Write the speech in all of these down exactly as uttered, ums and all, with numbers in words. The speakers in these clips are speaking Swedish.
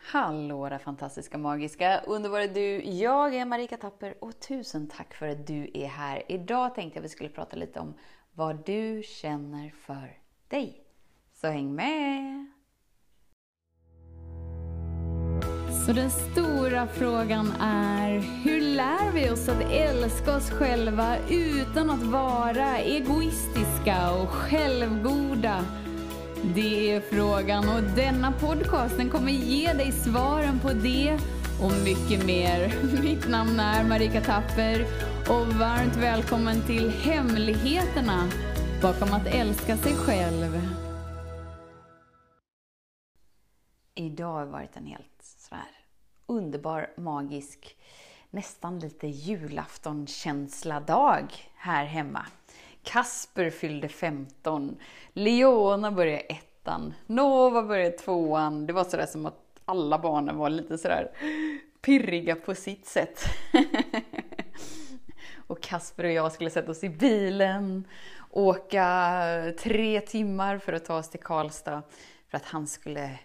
Hallå era fantastiska, magiska, underbara du. Jag är Marika Tapper och tusen tack för att du är här. Idag tänkte jag att vi skulle prata lite om vad du känner för dig. Så häng med! Så den stora frågan är, hur lär vi oss att älska oss själva utan att vara egoistiska och självgoda? Det är frågan, och denna podcasten kommer ge dig svaren på det och mycket mer. Mitt namn är Marika Tapper och varmt välkommen till hemligheterna bakom att älska sig själv. Idag har varit en helt sådär underbar, magisk, nästan lite julaftonkänsla dag här hemma. Kasper fyllde femton, Leona började ettan, Nova började tvåan. Det var sådär som att alla barnen var lite sådär pirriga på sitt sätt. Och Kasper och jag skulle sätta oss i bilen, åka tre timmar för att ta oss till Karlstad för att han skulle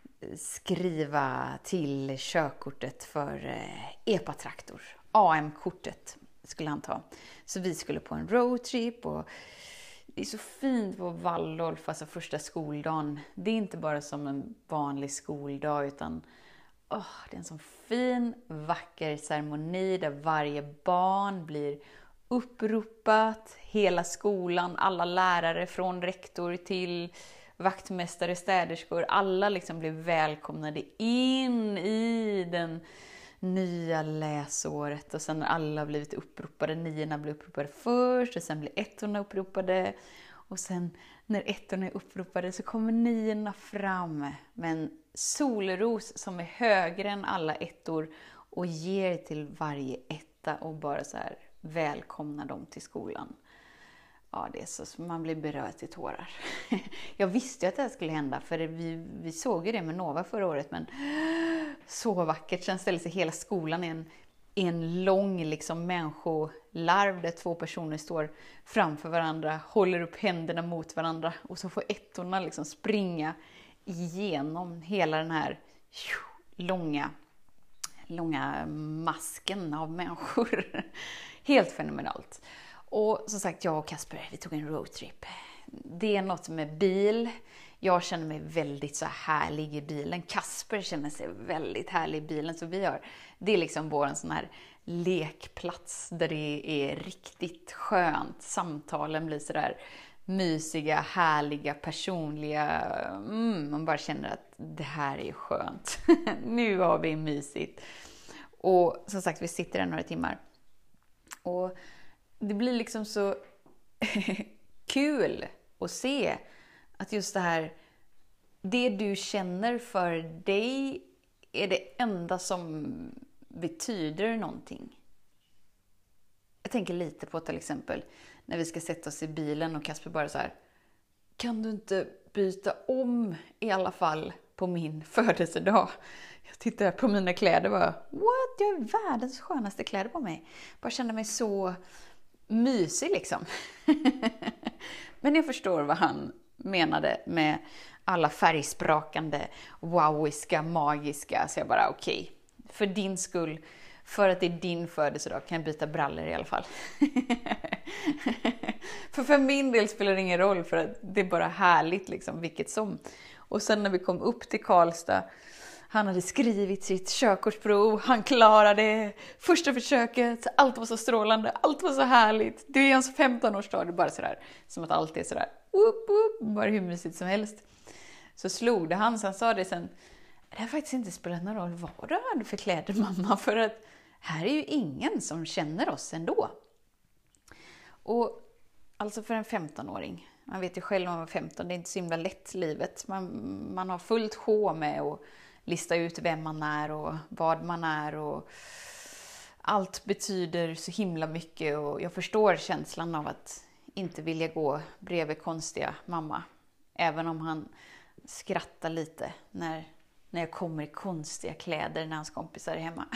skriva till körkortet för E P A-traktor. A M-kortet skulle han ta. Så vi skulle på en roadtrip, och det är så fint på Waldorf, alltså första skoldagen. Det är inte bara som en vanlig skoldag, utan oh, det är en sån fin, vacker ceremoni där varje barn blir uppropat. Hela skolan, alla lärare från rektor till vaktmästare, städerskor, alla liksom blir välkomnade in i den nya läsåret. Och sen när alla blivit uppropade, niorna blir uppropade först och sen blir ettorna uppropade. Och sen när ettorna är uppropade så kommer niorna fram med en solros som är högre än alla ettor och ger till varje etta och bara så här välkomnar dem till skolan. Ja, det är så man blir berörd till tårar. Jag visste ju att det här skulle hända, för vi, vi såg ju det med Nova förra året, men så vackert. Sen ställer sig hela skolan i en, i en lång liksom människolarv där två personer står framför varandra, håller upp händerna mot varandra, och så får ettorna liksom springa igenom hela den här långa, långa masken av människor. Helt fenomenalt. Och som sagt, jag och Kasper, vi tog en roadtrip. Det är något med bil. Jag känner mig väldigt så härlig i bilen. Kasper känner sig väldigt härlig i bilen. Så vi har, det är liksom vår sån här lekplats där det är riktigt skönt. Samtalen blir så där mysiga, härliga, personliga. Mm, man bara känner att det här är skönt. Nu har vi mysigt. Och som sagt, vi sitter där några timmar. Och det blir liksom så kul att se att just det här, det du känner för dig är det enda som betyder någonting. Jag tänker lite på till exempel när vi ska sätta oss i bilen och Kasper bara så här: kan du inte byta om i alla fall på min födelsedag? Jag tittar på mina kläder och bara, what? Jag har världens skönaste kläder på mig. Bara kände mig så mysig liksom. Men jag förstår vad han menade med alla färgsprakande, wowiska, magiska. Så jag bara, okej, okay, för din skull, för att det är din födelsedag, kan jag byta brallor i alla fall. För för min del spelar det ingen roll, för att det är bara härligt liksom, vilket som. Och sen när vi kom upp till Karlstad, han hade skrivit sitt körkortsprov, han klarade första försöket, allt var så strålande, allt var så härligt. Det är hans femton-årsdag, det är bara sådär, som att allt är sådär, upp, upp, bara hur mysigt som helst. Så slog det han, så han sa det sen, det har faktiskt inte spelat någon roll vad du hade för kläder, mamma, för att här är ju ingen som känner oss ändå. Och alltså för en femton-åring, man vet ju själv när man var femton, det är inte så himla lätt livet. Man, man har fullt sjå med att lista ut vem man är och vad man är, och allt betyder så himla mycket, och jag förstår känslan av att inte vilja gå bredvid konstiga mamma. Även om han skrattar lite när, när jag kommer i konstiga kläder när hans kompisar är hemma.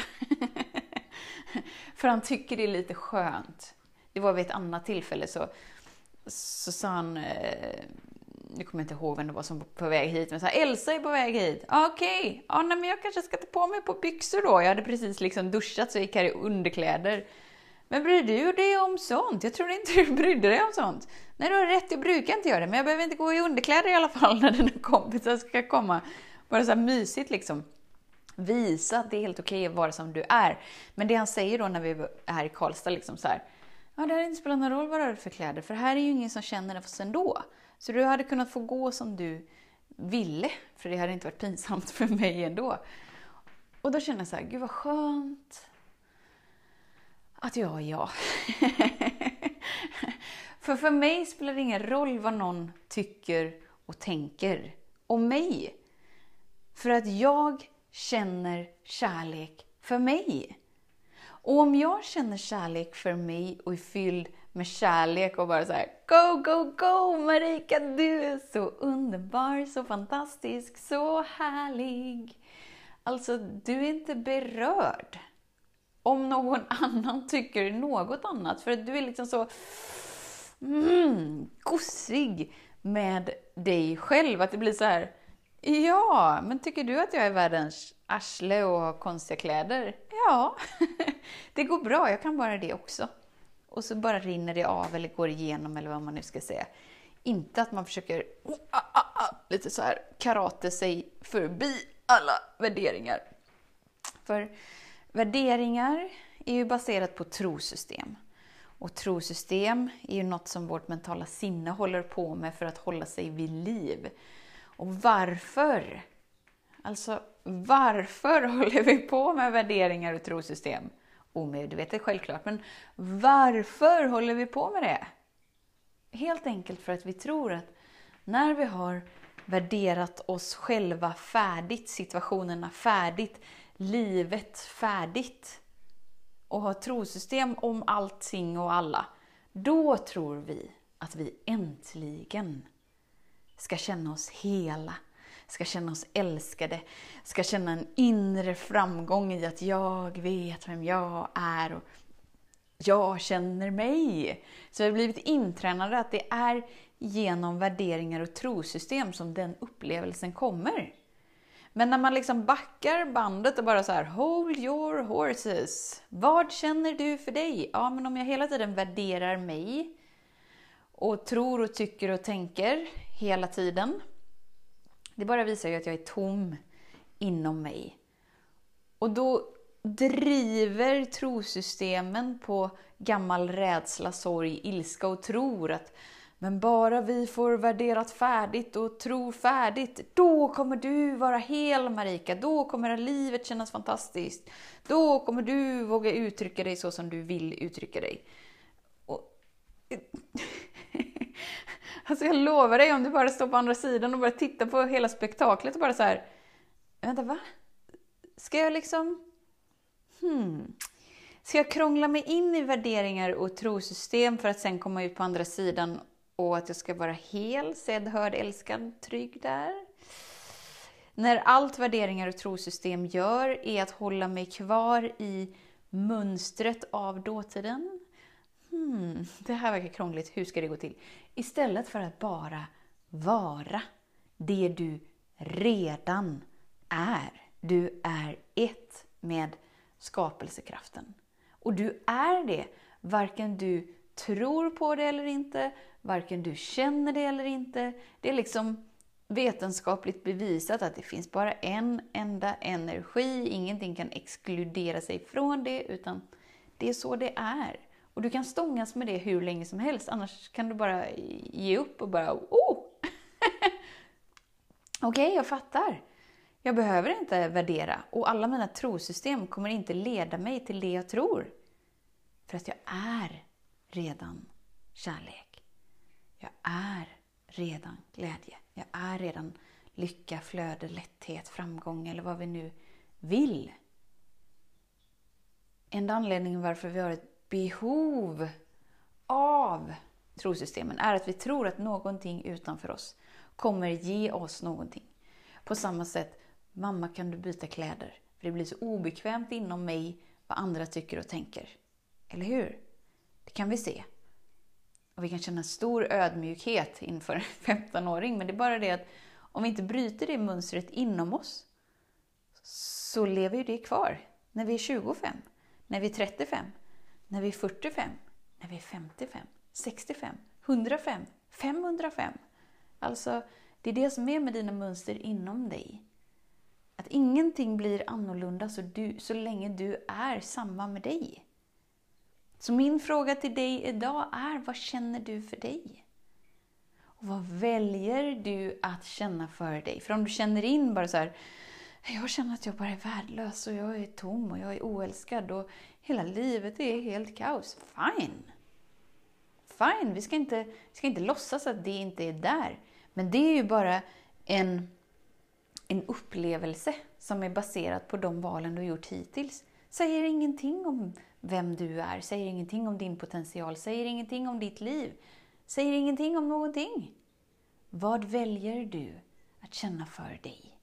För han tycker det är lite skönt. Det var vid ett annat tillfälle så, så sa han, nu kommer jag inte ihåg vem det var som var på väg hit, men så här, Elsa är på väg hit. Okej, okay. ja, nej, men jag kanske ska ta på mig på byxor då. Jag hade precis liksom duschat så jag gick här i underkläder. Men bryr du dig om sånt? Jag tror inte du brydde dig om sånt. Nej, du har rätt, jag brukar inte göra det. Men jag behöver inte gå i underkläder i alla fall när dina kompisar ska komma. Bara så här mysigt liksom. Visa att det är helt okej att vara som du är. Men det han säger då när vi är här i Karlstad liksom så här. Ja, det här inte spelar någon roll vad du har för kläder. För här är ju ingen som känner det sen då. Så du hade kunnat få gå som du ville. För det hade inte varit pinsamt för mig ändå. Och då känner jag så här, gud vad skönt. Att jag är jag. För för mig spelar det ingen roll vad någon tycker och tänker om mig. För att jag känner kärlek för mig. Och om jag känner kärlek för mig och är fylld med kärlek och bara så här, go, go, go Marika, du är så underbar, så fantastisk, så härlig. Alltså, du är inte berörd om någon annan tycker något annat. För att du är liksom så mm, gossig med dig själv. Att det blir så här, ja, men tycker du att jag är världens arsle och har konstiga kläder? Ja, det går bra. Jag kan bara det också. Och så bara rinner det av eller går igenom eller vad man nu ska säga. Inte att man försöker oh, ah, ah, ah, lite så här karate sig förbi alla värderingar. För värderingar är ju baserat på trosystem. Och trosystem är ju något som vårt mentala sinne håller på med för att hålla sig vid liv. Och varför? Alltså, varför håller vi på med värderingar och trosystem? Omedvetet självklart, men varför håller vi på med det? Helt enkelt för att vi tror att när vi har värderat oss själva färdigt, situationerna färdigt, livet färdigt och har trosystem om allting och alla, då tror vi att vi äntligen ska känna oss hela, ska känna oss älskade, ska känna en inre framgång i att jag vet vem jag är och jag känner mig. Så vi har blivit intränade att det är genom värderingar och trosystem som den upplevelsen kommer. Men när man liksom backar bandet och bara så här, hold your horses. Vad känner du för dig? Ja, men om jag hela tiden värderar mig och tror och tycker och tänker hela tiden. Det bara visar ju att jag är tom inom mig. Och då driver trosystemen på gammal rädsla, sorg, ilska och tror att men bara vi får värderat färdigt och tro färdigt, då kommer du vara hel Marika, då kommer livet kännas fantastiskt, då kommer du våga uttrycka dig så som du vill uttrycka dig. Och alltså jag lovar dig, om du bara står på andra sidan och bara tittar på hela spektaklet och bara så här, vänta va? Ska jag liksom hmm ska jag krångla mig in i värderingar och trosystem för att sen komma ut på andra sidan och att jag ska vara hel, sedd, hörd, älskad, trygg där? När allt värderingar och trosystem gör är att hålla mig kvar i mönstret av dåtiden. Hmm, det här verkar krångligt, hur ska det gå till? Istället för att bara vara det du redan är. Du är ett med skapelsekraften. Och du är det, varken du tror på det eller inte, varken du känner det eller inte. Det är liksom vetenskapligt bevisat att det finns bara en enda energi. Ingenting kan exkludera sig från det, utan det är så det är. Och du kan stångas med det hur länge som helst, annars kan du bara ge upp och bara, oh! Okej, okay, jag fattar. Jag behöver inte värdera och alla mina trosystem kommer inte leda mig till det jag tror. För att jag är redan kärlek. Jag är redan glädje. Jag är redan lycka, flöde, lätthet, framgång eller vad vi nu vill. Enda anledningen varför vi har ett behov av trosystemen är att vi tror att någonting utanför oss kommer ge oss någonting. På samma sätt, mamma, kan du byta kläder? För det blir så obekvämt inom mig vad andra tycker och tänker. Eller hur? Det kan vi se. Och vi kan känna stor ödmjukhet inför en femtonåring. Men det är bara det att om vi inte bryter det mönstret inom oss, så lever ju det kvar när vi är tjugofem, när vi är trettiofem, när vi är fyrtiofem, när vi är femtiofem, sextiofem, hundrafem, femhundrafem. Alltså, det är det som är med dina mönster inom dig. Att ingenting blir annorlunda så, du, så länge du är samma med dig. Så min fråga till dig idag är, vad känner du för dig? Och vad väljer du att känna för dig? För om du känner in bara så här, jag känner att jag bara är värdelös och jag är tom och jag är oälskad och hela livet är helt kaos. Fine! Fine, vi ska inte, vi ska inte låtsas att det inte är där. Men det är ju bara en, en upplevelse som är baserad på de valen du har gjort hittills. Säger ingenting om vem du är, säger ingenting om din potential, säger ingenting om ditt liv, säger ingenting om någonting. Vad väljer du att känna för dig?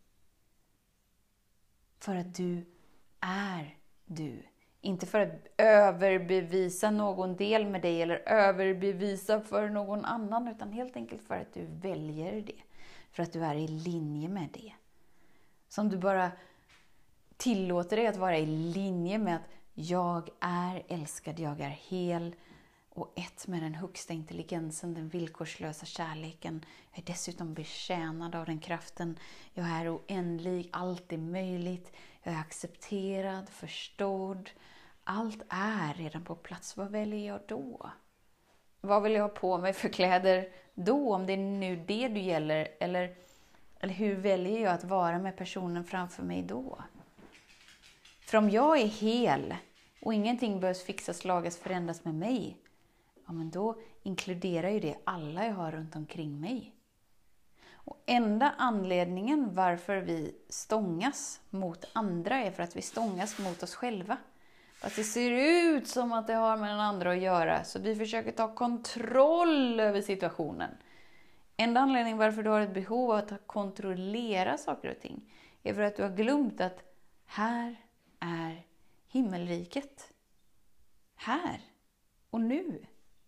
För att du är du. Inte för att överbevisa någon del med dig eller överbevisa för någon annan, utan helt enkelt för att du väljer det. För att du är i linje med det. Som du bara tillåter dig att vara i linje med att jag är älskad, jag är hel och ett med den högsta intelligensen, den villkorslösa kärleken. Jag är dessutom betjänad av den kraften. Jag är oändlig, allt är möjligt. Jag är accepterad, förstådd. Allt är redan på plats. Vad väljer jag då? Vad vill jag ha på mig för kläder då? Om det är nu det du gäller. Eller, eller hur väljer jag att vara med personen framför mig då? För om jag är hel och ingenting behövs fixas, lagas, förändras med mig, ja, men då inkluderar ju det alla jag har runt omkring mig. Och enda anledningen varför vi stångas mot andra är för att vi stångas mot oss själva. Att det ser ut som att det har med den andra att göra, så vi försöker ta kontroll över situationen. Enda anledningen varför du har ett behov av att kontrollera saker och ting är för att du har glömt att här är himmelriket. Här och nu.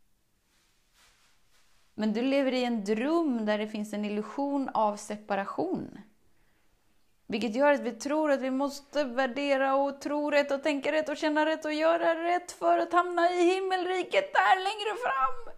Men du lever i en dröm där det finns en illusion av separation. Vilket gör att vi tror att vi måste värdera och tro rätt och tänka rätt och känna rätt och göra rätt för att hamna i himmelriket där längre fram.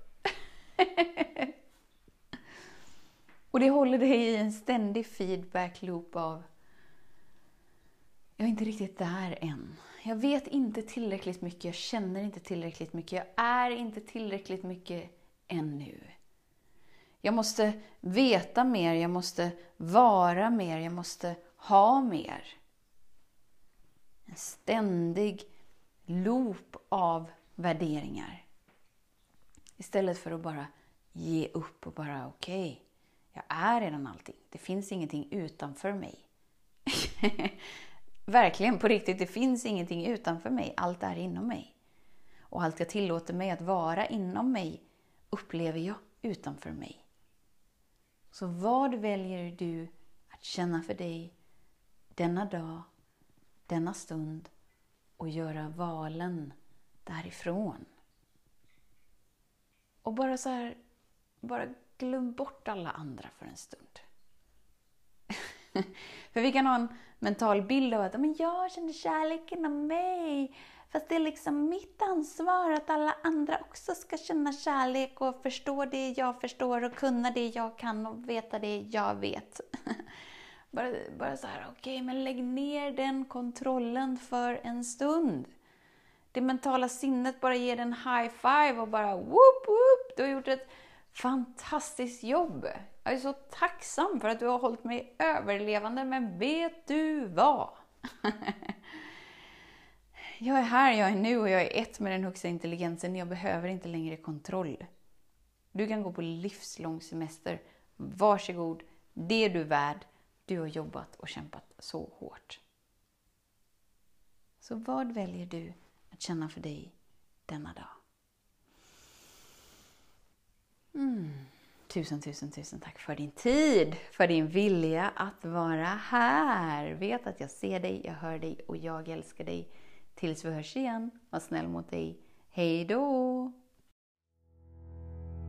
Och det håller dig i en ständig feedback loop av jag är inte riktigt där än. Jag vet inte tillräckligt mycket, jag känner inte tillräckligt mycket, jag är inte tillräckligt mycket ännu. Jag måste veta mer, jag måste vara mer, jag måste ha mer. En ständig loop av värderingar. Istället för att bara ge upp och bara okej, okay, jag är redan allting. Det finns ingenting utanför mig. Verkligen, på riktigt, det finns ingenting utanför mig. Allt är inom mig. Och allt jag tillåter mig att vara inom mig upplever jag utanför mig. Så vad väljer du att känna för dig denna dag, denna stund och göra valen därifrån? Och bara så här, bara glöm bort alla andra för en stund. För vi kan ha en mental bild av att men jag känner kärleken av mig. Fast det är liksom mitt ansvar att alla andra också ska känna kärlek och förstå det jag förstår och kunna det jag kan och veta det jag vet. bara, bara så här, okej, okay, men lägg ner den kontrollen för en stund. Det mentala sinnet bara ger en high five och bara whoop whoop, du har gjort ett fantastiskt jobb. Jag är så tacksam för att du har hållit mig överlevande, men vet du vad? Jag är här, jag är nu och jag är ett med den högsta intelligensen. Jag behöver inte längre kontroll. Du kan gå på livslång semester. Varsågod, det är du värd. Du har jobbat och kämpat så hårt. Så vad väljer du att känna för dig denna dag? Mm. Tusen, tusen, tusen tack för din tid, för din vilja att vara här. Vet att jag ser dig, jag hör dig och jag älskar dig. Tills vi hörs igen, var snäll mot dig. Hej då!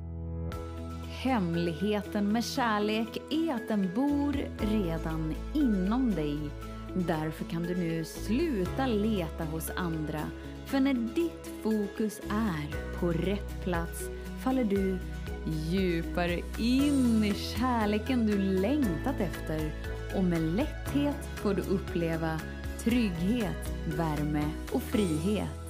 hemligheten med kärlek är att den bor redan inom dig. Därför kan du nu sluta leta hos andra. För när ditt fokus är på rätt plats faller du djupare in i kärleken du längtat efter. Och med lätthet får du uppleva trygghet, värme och frihet.